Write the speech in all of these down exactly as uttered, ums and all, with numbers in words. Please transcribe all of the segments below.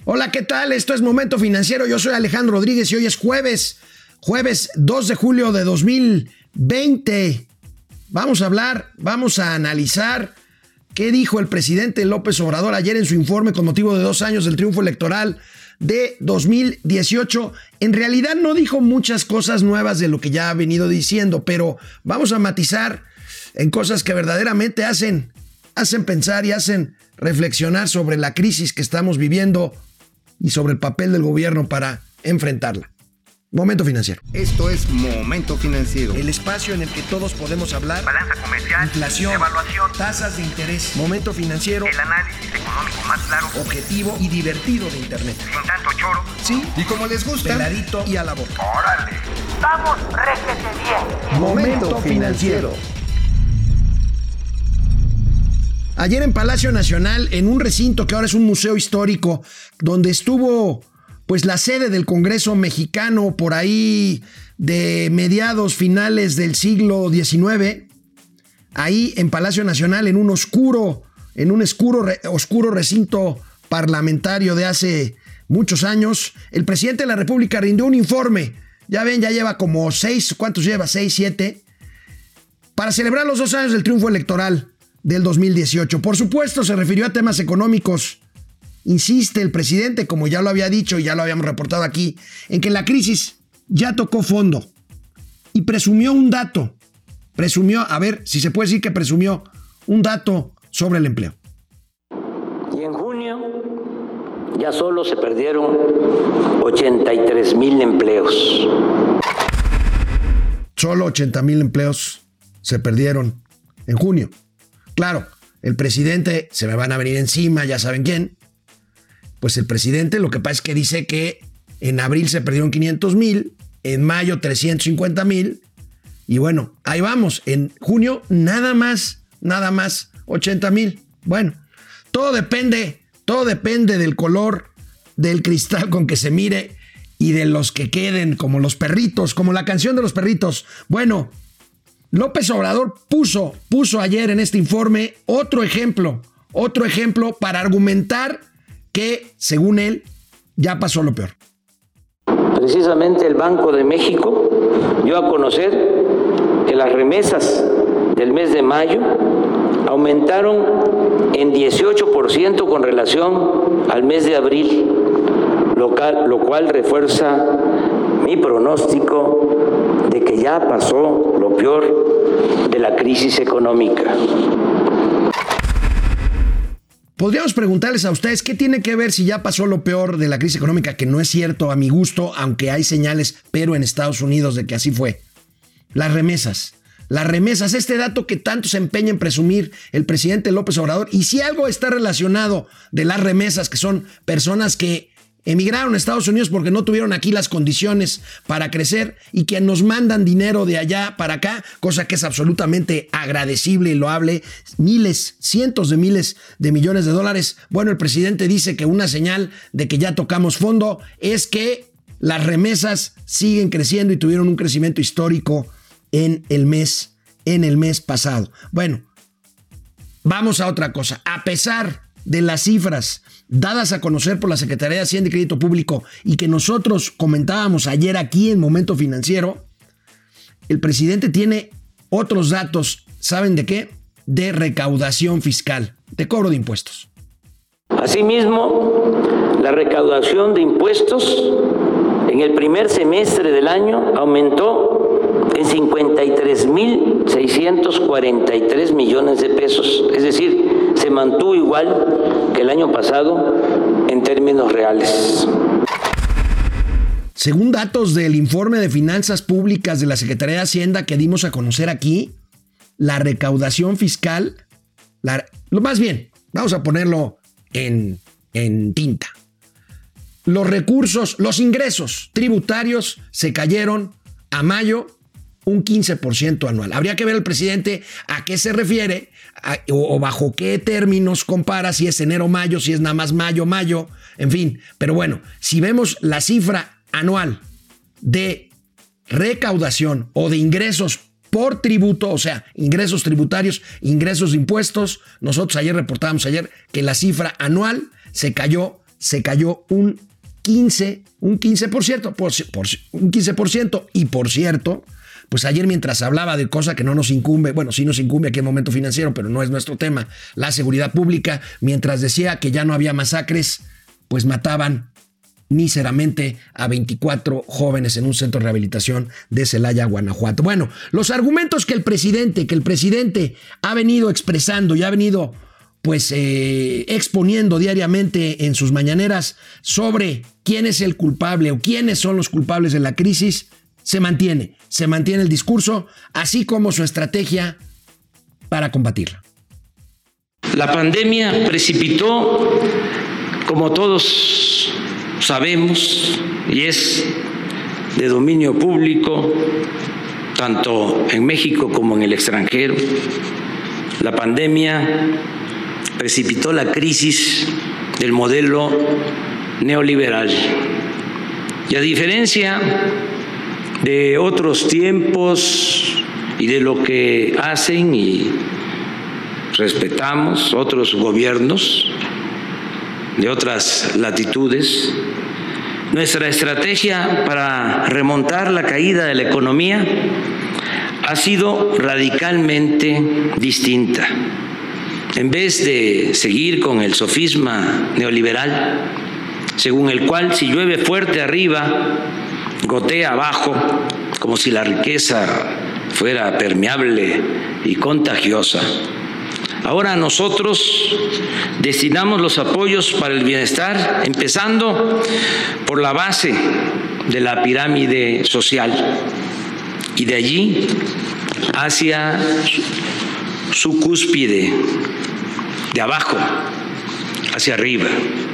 Hola, ¿qué tal? Esto es Momento Financiero. Yo soy Alejandro Rodríguez y hoy es jueves, jueves dos de julio de dos mil veinte. Vamos a hablar, vamos a analizar qué dijo el presidente López Obrador ayer en su informe con motivo de dos años del triunfo electoral de dos mil dieciocho. En realidad no dijo muchas cosas nuevas de lo que ya ha venido diciendo, pero vamos a matizar en cosas que verdaderamente hacen, hacen pensar y hacen reflexionar sobre la crisis que estamos viviendo y sobre el papel del gobierno para enfrentarla. Momento Financiero. Esto es Momento Financiero. El espacio en el que todos podemos hablar. Balanza comercial, inflación, evaluación, tasas de interés. Momento Financiero. El análisis económico más claro, objetivo y divertido de Internet. sin tanto choro. Sí. Y como les gusta, Peladito y a la boca. ¡Órale! ¡Vamos, réjete bien! Momento Financiero. Ayer en Palacio Nacional, en un recinto que ahora es un museo histórico, donde estuvo pues la sede del Congreso mexicano por ahí de mediados finales del siglo diecinueve, ahí en Palacio Nacional, en un oscuro, en un oscuro, oscuro recinto parlamentario de hace muchos años, el presidente de la República rindió un informe. Ya ven, ya lleva como seis, ¿cuántos lleva? Seis, siete, para celebrar los dos años del triunfo electoral del dos mil dieciocho. Por supuesto, se refirió a temas económicos. Insiste el presidente, como ya lo había dicho y ya lo habíamos reportado aquí, en que la crisis ya tocó fondo. Y presumió un dato. Presumió, a ver si se puede decir que presumió un dato sobre el empleo. Y en junio ya solo se perdieron ochenta y tres mil empleos. Solo ochenta mil empleos se perdieron en junio. Claro, el presidente, se me van a venir encima, ya saben quién. Pues el presidente lo que pasa es que dice que en abril se perdieron quinientos mil, en mayo trescientos cincuenta mil, y bueno, ahí vamos, en junio nada más, nada más, ochenta mil. Bueno, todo depende, todo depende del color del cristal con que se mire y de los que queden como los perritos, como la canción de los perritos. Bueno, López Obrador puso, puso ayer en este informe otro ejemplo, otro ejemplo para argumentar que, según él, ya pasó lo peor. Precisamente el Banco de México dio a conocer que las remesas del mes de mayo aumentaron en dieciocho por ciento con relación al mes de abril, lo cual, lo cual refuerza mi pronóstico de que ya pasó lo peor de la crisis económica. Podríamos preguntarles a ustedes qué tiene que ver si ya pasó lo peor de la crisis económica, que no es cierto a mi gusto, aunque hay señales, pero en Estados Unidos de que así fue. Las remesas. Las remesas, este dato que tanto se empeña en presumir el presidente López Obrador. Y si algo está relacionado de las remesas, que son personas que emigraron a Estados Unidos porque no tuvieron aquí las condiciones para crecer y que nos mandan dinero de allá para acá, cosa que es absolutamente agradecible y loable, miles, cientos de miles de millones de dólares. Bueno, el presidente dice que una señal de que ya tocamos fondo es que las remesas siguen creciendo y tuvieron un crecimiento histórico en el mes, en el mes pasado. Bueno, vamos a otra cosa. A pesar de las cifras dadas a conocer por la Secretaría de Hacienda y Crédito Público y que nosotros comentábamos ayer aquí en Momento Financiero, el presidente tiene otros datos, ¿saben de qué? De recaudación fiscal, de cobro de impuestos. Asimismo, la recaudación de impuestos en el primer semestre del año aumentó en cincuenta y tres mil seiscientos cuarenta y tres millones de pesos, es decir, se mantuvo igual que el año pasado en términos reales. Según datos del informe de finanzas públicas de la Secretaría de Hacienda que dimos a conocer aquí, la recaudación fiscal, la, lo más bien, vamos a ponerlo en, en tinta. Los recursos, los ingresos tributarios se cayeron a mayo un quince por ciento anual. Habría que ver al presidente a qué se refiere a, o, o bajo qué términos compara, si es enero-mayo, si es nada más mayo-mayo, en fin. Pero bueno, si vemos la cifra anual de recaudación o de ingresos por tributo, o sea, ingresos tributarios, ingresos de impuestos, nosotros ayer reportábamos ayer que la cifra anual se cayó se cayó un quince, un quince por ciento, por, por, un quince por ciento. Y por cierto, pues ayer mientras hablaba de cosa que no nos incumbe, bueno, sí nos incumbe aquí en Momento Financiero, pero no es nuestro tema, la seguridad pública, mientras decía que ya no había masacres, pues mataban míseramente a veinticuatro jóvenes en un centro de rehabilitación de Celaya, Guanajuato. Bueno, los argumentos que el presidente, que el presidente ha venido expresando y ha venido pues eh, exponiendo diariamente en sus mañaneras sobre quién es el culpable o quiénes son los culpables de la crisis, se mantiene, se mantiene el discurso, así como su estrategia para combatirla. La pandemia precipitó, como todos sabemos, y es de dominio público, tanto en México como en el extranjero, la pandemia precipitó la crisis del modelo neoliberal. Y a diferencia de otros tiempos y de lo que hacen y respetamos otros gobiernos de otras latitudes, nuestra estrategia para remontar la caída de la economía ha sido radicalmente distinta. En vez de seguir con el sofisma neoliberal, según el cual si llueve fuerte arriba, gotea abajo, como si la riqueza fuera permeable y contagiosa, ahora nosotros destinamos los apoyos para el bienestar, empezando por la base de la pirámide social y de allí hacia su cúspide, de abajo hacia arriba.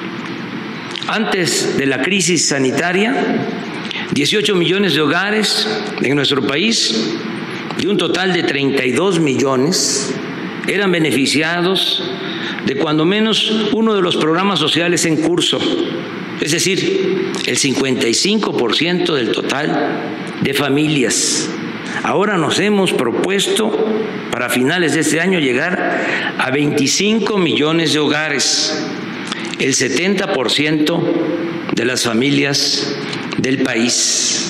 Antes de la crisis sanitaria, dieciocho millones de hogares en nuestro país, de un total de treinta y dos millones, eran beneficiados de cuando menos uno de los programas sociales en curso, es decir, el cincuenta y cinco por ciento del total de familias. Ahora nos hemos propuesto para finales de este año llegar a veinticinco millones de hogares, el setenta por ciento de las familias del país.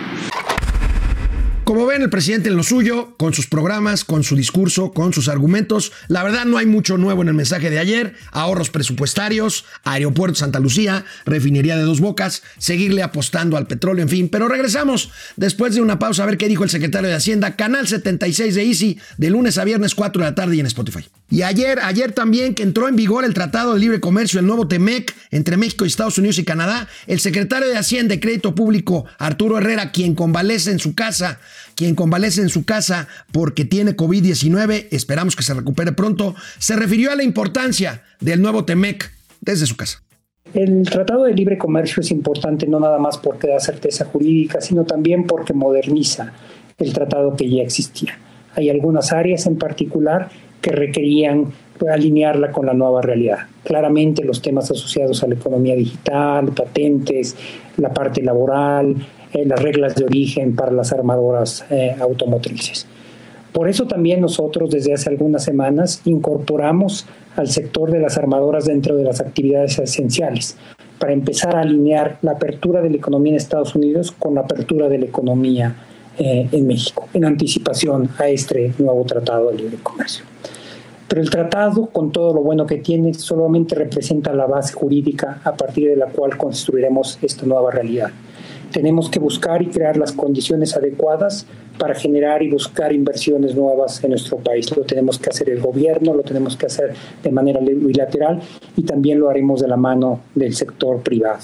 Como ven, el presidente en lo suyo, con sus programas, con su discurso, con sus argumentos. La verdad no hay mucho nuevo en el mensaje de ayer. Ahorros presupuestarios, Aeropuerto Santa Lucía, refinería de Dos Bocas, seguirle apostando al petróleo, en fin. Pero regresamos después de una pausa a ver qué dijo el secretario de Hacienda, Canal setenta y seis de Easy, de lunes a viernes, cuatro de la tarde y en Spotify. Y ayer, ayer también que entró en vigor el Tratado de Libre Comercio, el nuevo TEMEC, entre México y Estados Unidos y Canadá, el secretario de Hacienda y Crédito Público, Arturo Herrera, quien convalece en su casa, quien convalece en su casa porque tiene COVID diecinueve, esperamos que se recupere pronto, se refirió a la importancia del nuevo TEMEC desde su casa. El Tratado de Libre Comercio es importante no nada más porque da certeza jurídica, sino también porque moderniza el tratado que ya existía. Hay algunas áreas en particular que requerían alinearla con la nueva realidad. Claramente los temas asociados a la economía digital, patentes, la parte laboral, eh, las reglas de origen para las armadoras eh, automotrices. Por eso también nosotros desde hace algunas semanas incorporamos al sector de las armadoras dentro de las actividades esenciales para empezar a alinear la apertura de la economía en Estados Unidos con la apertura de la economía eh, en México, en anticipación a este nuevo Tratado de Libre Comercio. Pero el tratado, con todo lo bueno que tiene, solamente representa la base jurídica a partir de la cual construiremos esta nueva realidad. Tenemos que buscar y crear las condiciones adecuadas para generar y buscar inversiones nuevas en nuestro país. Lo tenemos que hacer el gobierno, lo tenemos que hacer de manera bilateral y también lo haremos de la mano del sector privado.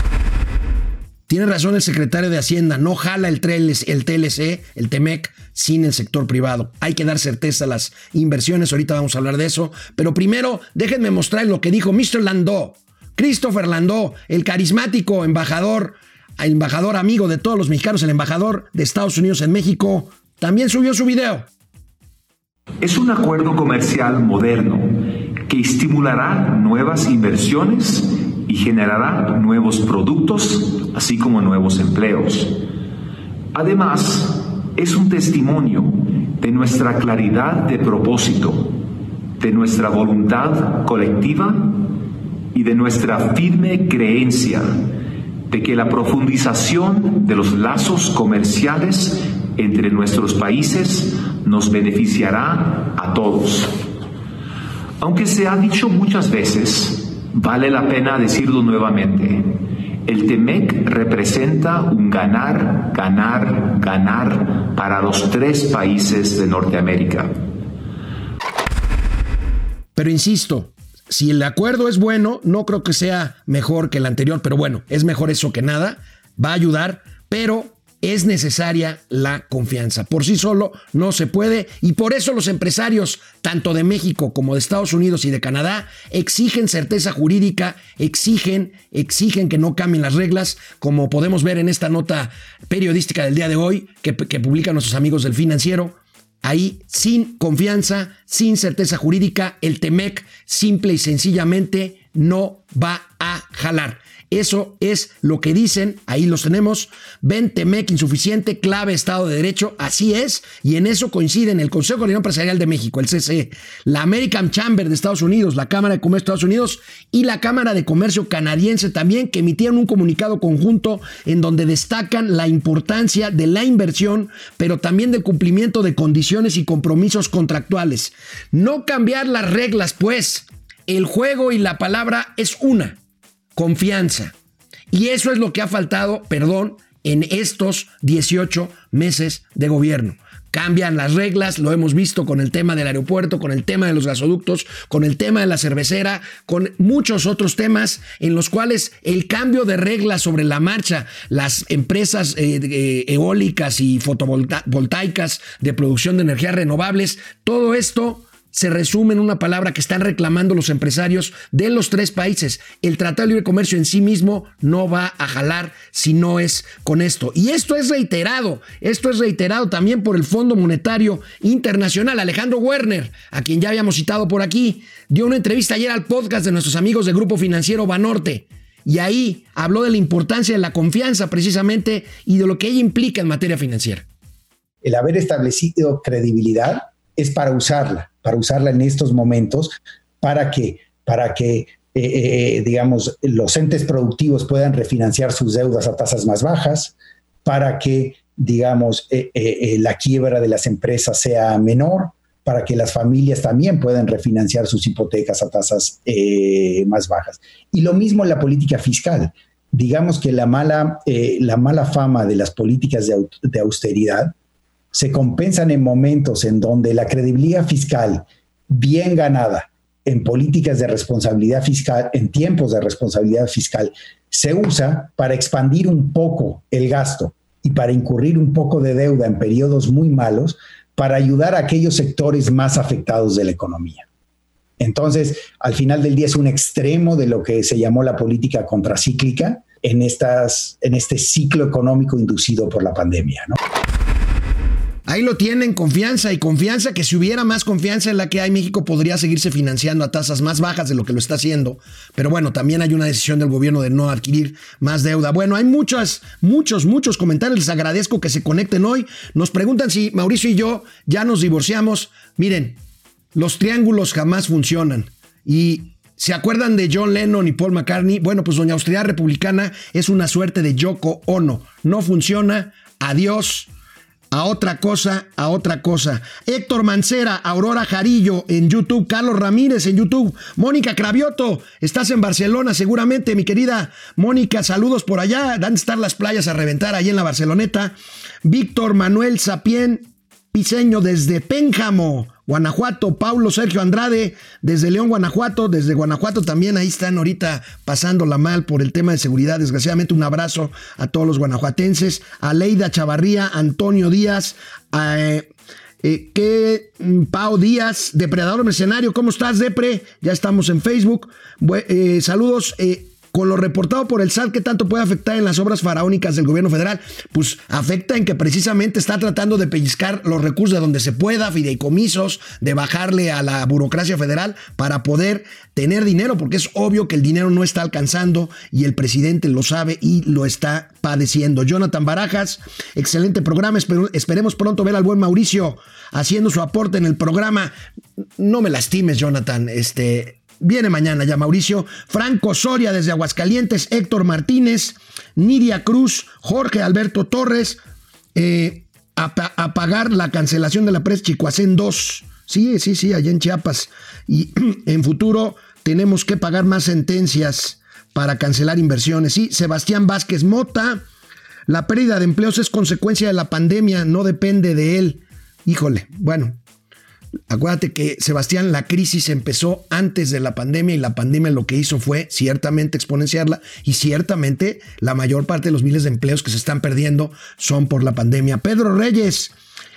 Tiene razón el secretario de Hacienda, no jala el T L C, el TEMEC, sin el sector privado. Hay que dar certeza a las inversiones, ahorita vamos a hablar de eso, pero primero déjenme mostrar lo que dijo mister Landó, Christopher Landó, el carismático embajador, el embajador amigo de todos los mexicanos, el embajador de Estados Unidos en México, también subió su video. Es un acuerdo comercial moderno que estimulará nuevas inversiones y generará nuevos productos, así como nuevos empleos. Además, es un testimonio de nuestra claridad de propósito, de nuestra voluntad colectiva y de nuestra firme creencia de que la profundización de los lazos comerciales entre nuestros países nos beneficiará a todos. Aunque se ha dicho muchas veces, vale la pena decirlo nuevamente. El T M E C representa un ganar, ganar, ganar para los tres países de Norteamérica. Pero insisto, si el acuerdo es bueno, no creo que sea mejor que el anterior, pero bueno, es mejor eso que nada, va a ayudar, pero es necesaria la confianza. Por sí solo no se puede, y por eso los empresarios, tanto de México como de Estados Unidos y de Canadá, exigen certeza jurídica, exigen, exigen que no cambien las reglas, como podemos ver en esta nota periodística del día de hoy, que, que publican nuestros amigos del Financiero. Ahí, sin confianza, sin certeza jurídica, el T M E C simple y sencillamente no va a jalar. Eso es lo que dicen, ahí los tenemos. Ven T M E C insuficiente, clave Estado de Derecho, así es, y en eso coinciden el Consejo de Coordinación Empresarial de México, el C C E, la American Chamber de Estados Unidos, la Cámara de Comercio de Estados Unidos y la Cámara de Comercio canadiense también, que emitieron un comunicado conjunto en donde destacan la importancia de la inversión, pero también del cumplimiento de condiciones y compromisos contractuales. No cambiar las reglas, pues. El juego y la palabra es una. Confianza. Y eso es lo que ha faltado, perdón, en estos dieciocho meses de gobierno. Cambian las reglas, lo hemos visto con el tema del aeropuerto, con el tema de los gasoductos, con el tema de la cervecera, con muchos otros temas en los cuales el cambio de reglas sobre la marcha, las empresas eh, eh, eólicas y fotovoltaicas de producción de energías renovables, todo esto se resume en una palabra que están reclamando los empresarios de los tres países. El Tratado de Libre Comercio en sí mismo no va a jalar si no es con esto. Y esto es reiterado, esto es reiterado también por el Fondo Monetario Internacional. Alejandro Werner, a quien ya habíamos citado por aquí, dio una entrevista ayer al podcast de nuestros amigos del Grupo Financiero Banorte. Y ahí habló de la importancia de la confianza precisamente y de lo que ella implica en materia financiera. El haber establecido credibilidad es para usarla, para usarla en estos momentos, para que, para que eh, eh, digamos, los entes productivos puedan refinanciar sus deudas a tasas más bajas, para que, digamos, eh, eh, la quiebra de las empresas sea menor, para que las familias también puedan refinanciar sus hipotecas a tasas eh, más bajas. Y lo mismo en la política fiscal. Digamos que la mala, eh, la mala fama de las políticas de, de austeridad se compensan en momentos en donde la credibilidad fiscal bien ganada en políticas de responsabilidad fiscal, en tiempos de responsabilidad fiscal, se usa para expandir un poco el gasto y para incurrir un poco de deuda en periodos muy malos para ayudar a aquellos sectores más afectados de la economía. Entonces, al final del día es un extremo de lo que se llamó la política contracíclica en, estas, en este ciclo económico inducido por la pandemia, ¿no? Ahí lo tienen, confianza y confianza que si hubiera más confianza en la que hay, México podría seguirse financiando a tasas más bajas de lo que lo está haciendo. Pero bueno, también hay una decisión del gobierno de no adquirir más deuda. Bueno, hay muchos, muchos, muchos comentarios. Les agradezco que se conecten hoy. Nos preguntan si Mauricio y yo ya nos divorciamos. Miren, los triángulos jamás funcionan. Y ¿se acuerdan de John Lennon y Paul McCartney? Bueno, pues doña Austeridad Republicana es una suerte de Yoko Ono. No funciona. Adiós. A otra cosa, a otra cosa. Héctor Mancera, Aurora Jarillo en YouTube, Carlos Ramírez en YouTube, Mónica Cravioto, estás en Barcelona seguramente, mi querida Mónica, saludos por allá, dan de estar las playas a reventar ahí en la Barceloneta. Víctor Manuel Sapien Piseño desde Pénjamo, Guanajuato, Paulo Sergio Andrade desde León, Guanajuato, desde Guanajuato también ahí están ahorita pasándola mal por el tema de seguridad, desgraciadamente un abrazo a todos los guanajuatenses, a Leida Chavarría, Antonio Díaz, a, eh, eh, que Pau Díaz, Depredador Mercenario, ¿cómo estás, Depre? Ya estamos en Facebook, Bu- eh, saludos, eh, con lo reportado por el S A T, ¿qué tanto puede afectar en las obras faraónicas del gobierno federal? Pues afecta en que precisamente está tratando de pellizcar los recursos de donde se pueda, fideicomisos, de bajarle a la burocracia federal para poder tener dinero, porque es obvio que el dinero no está alcanzando y el presidente lo sabe y lo está padeciendo. Jonathan Barajas, excelente programa, Esper- esperemos pronto ver al buen Mauricio haciendo su aporte en el programa. No me lastimes, Jonathan, este... viene mañana ya Mauricio. Franco Soria desde Aguascalientes, Héctor Martínez, Nidia Cruz, Jorge Alberto Torres, eh, a, a pagar la cancelación de la presa Chicoacén dos. Sí, sí, sí, allá en Chiapas. Y en futuro tenemos que pagar más sentencias para cancelar inversiones. Sí, Sebastián Vázquez Mota, la pérdida de empleos es consecuencia de la pandemia, no depende de él. Híjole, bueno, acuérdate que, Sebastián, la crisis empezó antes de la pandemia y la pandemia lo que hizo fue ciertamente exponenciarla y ciertamente la mayor parte de los miles de empleos que se están perdiendo son por la pandemia. Pedro Reyes,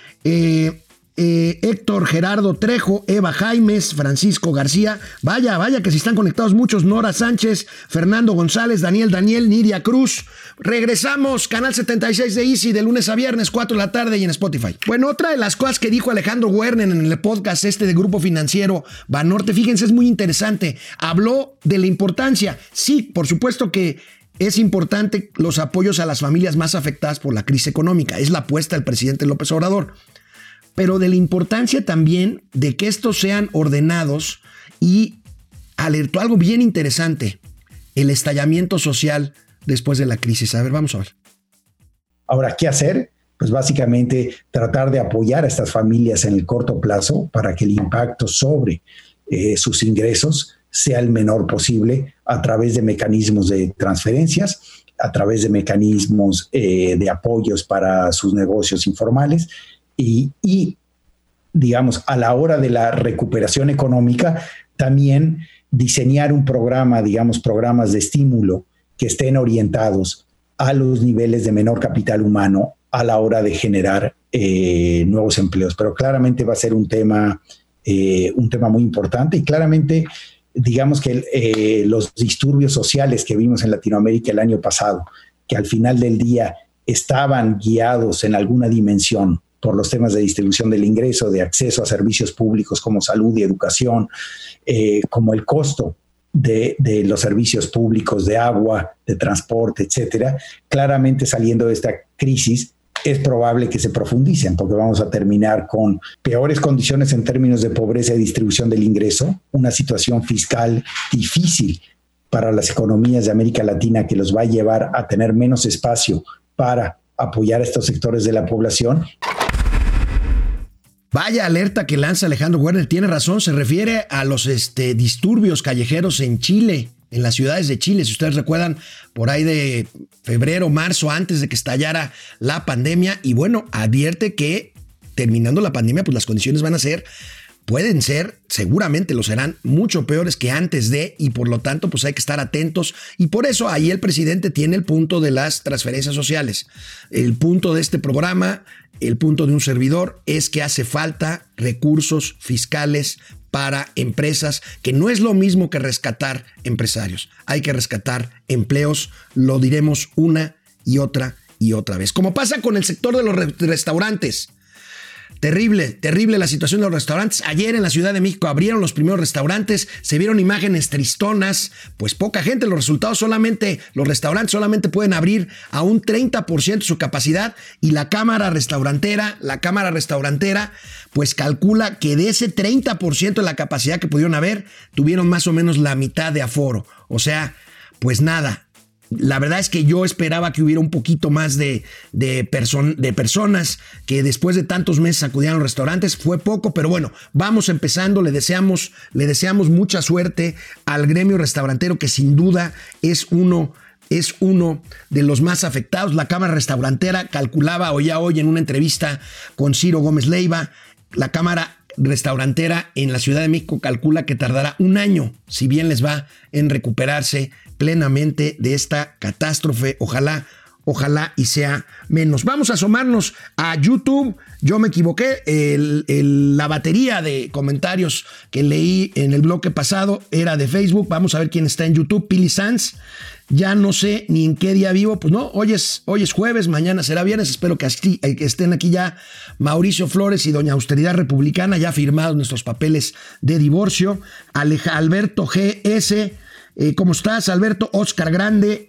eh, eh, Héctor Gerardo Trejo, Eva Jaimes, Francisco García, vaya, vaya que si están conectados muchos, Nora Sánchez, Fernando González, Daniel Daniel, Nidia Cruz. Regresamos, canal setenta y seis de Easy, de lunes a viernes, cuatro de la tarde y en Spotify. Bueno, otra de las cosas que dijo Alejandro Werner en el podcast este de Grupo Financiero Banorte, fíjense, es muy interesante. Habló de la importancia. Sí, por supuesto que es importante los apoyos a las familias más afectadas por la crisis económica. Es la apuesta del presidente López Obrador. Pero de la importancia también de que estos sean ordenados, y alertó algo bien interesante: el estallamiento social después de la crisis. A ver, vamos a ver. Ahora, ¿qué hacer? Pues básicamente tratar de apoyar a estas familias en el corto plazo para que el impacto sobre eh, sus ingresos sea el menor posible a través de mecanismos de transferencias, a través de mecanismos eh, de apoyos para sus negocios informales y, y, digamos, a la hora de la recuperación económica, también diseñar un programa, digamos, programas de estímulo que estén orientados a los niveles de menor capital humano a la hora de generar eh, nuevos empleos. Pero claramente va a ser un tema, eh, un tema muy importante y claramente, digamos que eh, los disturbios sociales que vimos en Latinoamérica el año pasado, que al final del día estaban guiados en alguna dimensión por los temas de distribución del ingreso, de acceso a servicios públicos como salud y educación, eh, como el costo de, de los servicios públicos, de agua, de transporte, etcétera, claramente saliendo de esta crisis es probable que se profundicen, porque vamos a terminar con peores condiciones en términos de pobreza y distribución del ingreso, una situación fiscal difícil para las economías de América Latina que los va a llevar a tener menos espacio para apoyar a estos sectores de la población. Vaya alerta que lanza Alejandro Werner, tiene razón, se refiere a los este, disturbios callejeros en Chile, en las ciudades de Chile. Si ustedes recuerdan, por ahí de febrero, marzo, antes de que estallara la pandemia, y bueno, advierte que terminando la pandemia, pues las condiciones van a ser, pueden ser, seguramente lo serán, mucho peores que antes de, y por lo tanto, pues hay que estar atentos, y por eso ahí el presidente tiene el punto de las transferencias sociales. El punto de este programa, el punto de un servidor, es que hace falta recursos fiscales para empresas, que no es lo mismo que rescatar empresarios. Hay que rescatar empleos, lo diremos una y otra y otra vez. Como pasa con el sector de los re- restaurantes. Terrible, terrible la situación de los restaurantes. Ayer en la Ciudad de México abrieron los primeros restaurantes, se vieron imágenes tristonas, pues poca gente, los resultados solamente, los restaurantes solamente pueden abrir a un treinta por ciento de su capacidad, y la Cámara Restaurantera, la Cámara Restaurantera, pues calcula que de ese treinta por ciento de la capacidad que pudieron haber, tuvieron más o menos la mitad de aforo. O sea, pues nada. La verdad es que yo esperaba que hubiera un poquito más de, de, person- de personas que después de tantos meses acudieran a los restaurantes. Fue poco, pero bueno, vamos empezando. Le deseamos, le deseamos mucha suerte al gremio restaurantero, que sin duda es uno, es uno de los más afectados. La Cámara Restaurantera calculaba hoy a hoy en una entrevista con Ciro Gómez Leiva, la Cámara Restaurantera en la Ciudad de México calcula que tardará un año, si bien les va, en recuperarse plenamente de esta catástrofe. Ojalá, ojalá y sea menos. Vamos a asomarnos a YouTube. Yo me equivoqué. El, el, la batería de comentarios que leí en el bloque pasado era de Facebook. Vamos a ver quién está en YouTube. Pili Sanz. Ya no sé ni en qué día vivo. Pues no, hoy es, hoy es jueves, mañana será viernes. Espero que, así, que estén aquí ya Mauricio Flores y Doña Austeridad Republicana, ya firmados nuestros papeles de divorcio. Aleja, Alberto G S, eh, ¿cómo estás, Alberto? Oscar Grande,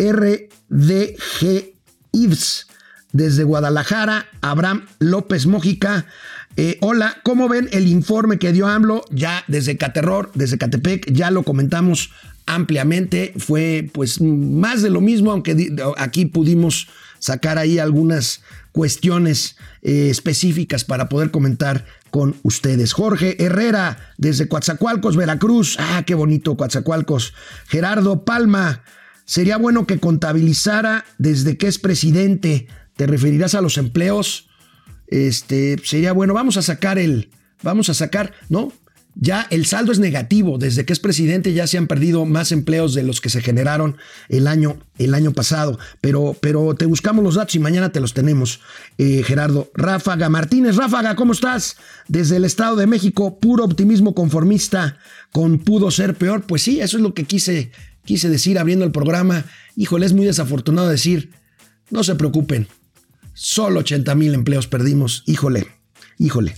R D G Ives, desde Guadalajara. Abraham López Mójica, Eh, hola, ¿cómo ven el informe que dio AMLO? Ya desde Caterror, desde Catepec, ya lo comentamos ampliamente. Fue pues más de lo mismo, aunque aquí pudimos sacar ahí algunas cuestiones eh, específicas para poder comentar con ustedes. Jorge Herrera, desde Coatzacoalcos, Veracruz. Ah, qué bonito Coatzacoalcos. Gerardo Palma, sería bueno que contabilizara desde que es presidente. ¿Te referirás a los empleos? Este, sería bueno, vamos a sacar el, vamos a sacar, ¿no? Ya el saldo es negativo, desde que es presidente ya se han perdido más empleos de los que se generaron el año, el año pasado, pero, pero te buscamos los datos y mañana te los tenemos, eh, Gerardo. Ráfaga Martínez, Ráfaga, ¿cómo estás? Desde el Estado de México, puro optimismo conformista, con pudo ser peor. Pues sí, eso es lo que quise, quise decir abriendo el programa. Híjole, es muy desafortunado decir, no se preocupen. Solo ochenta mil empleos perdimos. Híjole, híjole.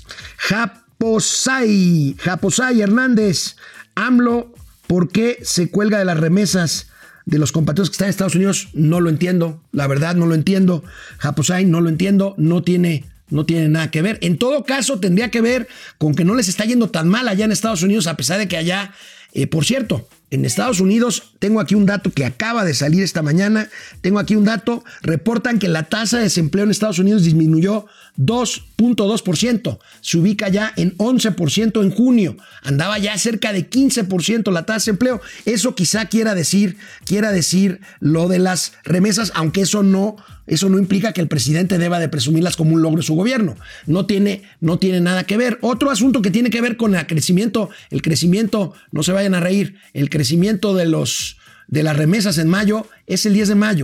Japosay, Japosay Hernández. AMLO, ¿por qué se cuelga de las remesas de los compatriotas que están en Estados Unidos? No lo entiendo. La verdad, no lo entiendo. Japosay, no lo entiendo. No tiene, no tiene nada que ver. En todo caso, tendría que ver con que no les está yendo tan mal allá en Estados Unidos, a pesar de que allá, eh, por cierto, en Estados Unidos, tengo aquí un dato que acaba de salir esta mañana, tengo aquí un dato, reportan que la tasa de desempleo en Estados Unidos disminuyó dos punto dos por ciento, se ubica ya en once por ciento en junio, andaba ya cerca de quince por ciento la tasa de desempleo. Eso quizá quiera decir, quiera decir lo de las remesas, aunque eso no, eso no implica que el presidente deba de presumirlas como un logro de su gobierno, no tiene, no tiene nada que ver. Otro asunto que tiene que ver con el crecimiento, el crecimiento, no se vayan a reír, el crecimiento de, los, de las remesas en mayo es el diez de mayo.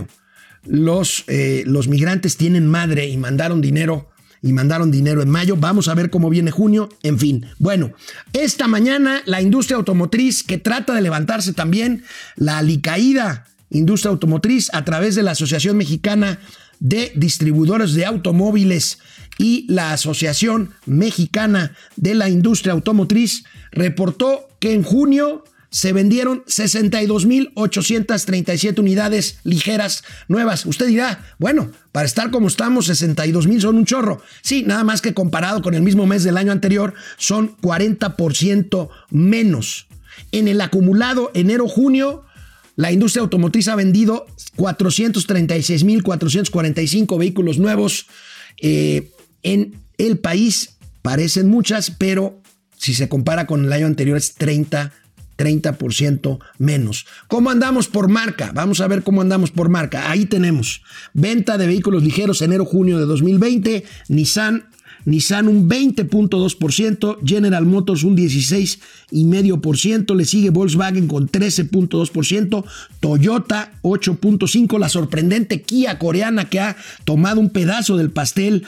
Los, eh, los migrantes tienen madre y mandaron dinero y mandaron dinero en mayo. Vamos a ver cómo viene junio. En fin, bueno, esta mañana la industria automotriz, que trata de levantarse también, la alicaída industria automotriz, a través de la Asociación Mexicana de Distribuidores de Automóviles y la Asociación Mexicana de la Industria Automotriz, reportó que en junio se vendieron sesenta y dos mil ochocientas treinta y siete unidades ligeras nuevas. Usted dirá, bueno, para estar como estamos, sesenta y dos mil son un chorro. Sí, nada más que comparado con el mismo mes del año anterior, son cuarenta por ciento menos. En el acumulado enero-junio, la industria automotriz ha vendido cuatrocientos treinta y seis mil cuatrocientos cuarenta y cinco vehículos nuevos eh, en el país. Parecen muchas, pero si se compara con el año anterior es treinta por ciento menos. ¿Cómo andamos por marca? Vamos a ver cómo andamos por marca. Ahí tenemos venta de vehículos ligeros enero-junio de dos mil veinte. Nissan, Nissan un veinte punto dos por ciento, General Motors un dieciséis punto cinco por ciento, le sigue Volkswagen con trece punto dos por ciento, Toyota ocho punto cinco por ciento, la sorprendente Kia coreana que ha tomado un pedazo del pastel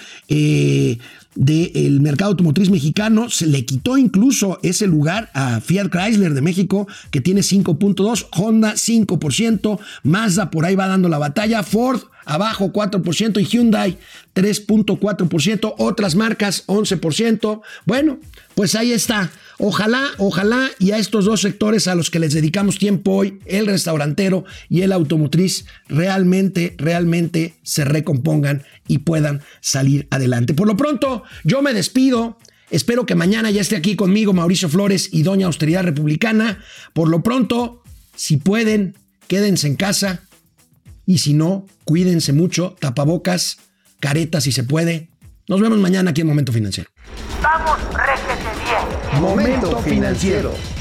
eh, del mercado automotriz mexicano, se le quitó incluso ese lugar a Fiat Chrysler de México, que tiene cinco punto dos por ciento, Honda cinco por ciento, Mazda por ahí va dando la batalla, Ford abajo cuatro por ciento y Hyundai tres punto cuatro por ciento, otras marcas once por ciento. Bueno, pues ahí está. Ojalá, ojalá y a estos dos sectores a los que les dedicamos tiempo hoy, el restaurantero y el automotriz, realmente, realmente se recompongan y puedan salir adelante. Por lo pronto, yo me despido. Espero que mañana ya esté aquí conmigo Mauricio Flores y Doña Austeridad Republicana. Por lo pronto, si pueden, quédense en casa. Y si no, cuídense mucho, tapabocas, caretas si se puede. Nos vemos mañana aquí en Momento Financiero. Vamos, réjete bien. Momento Financiero.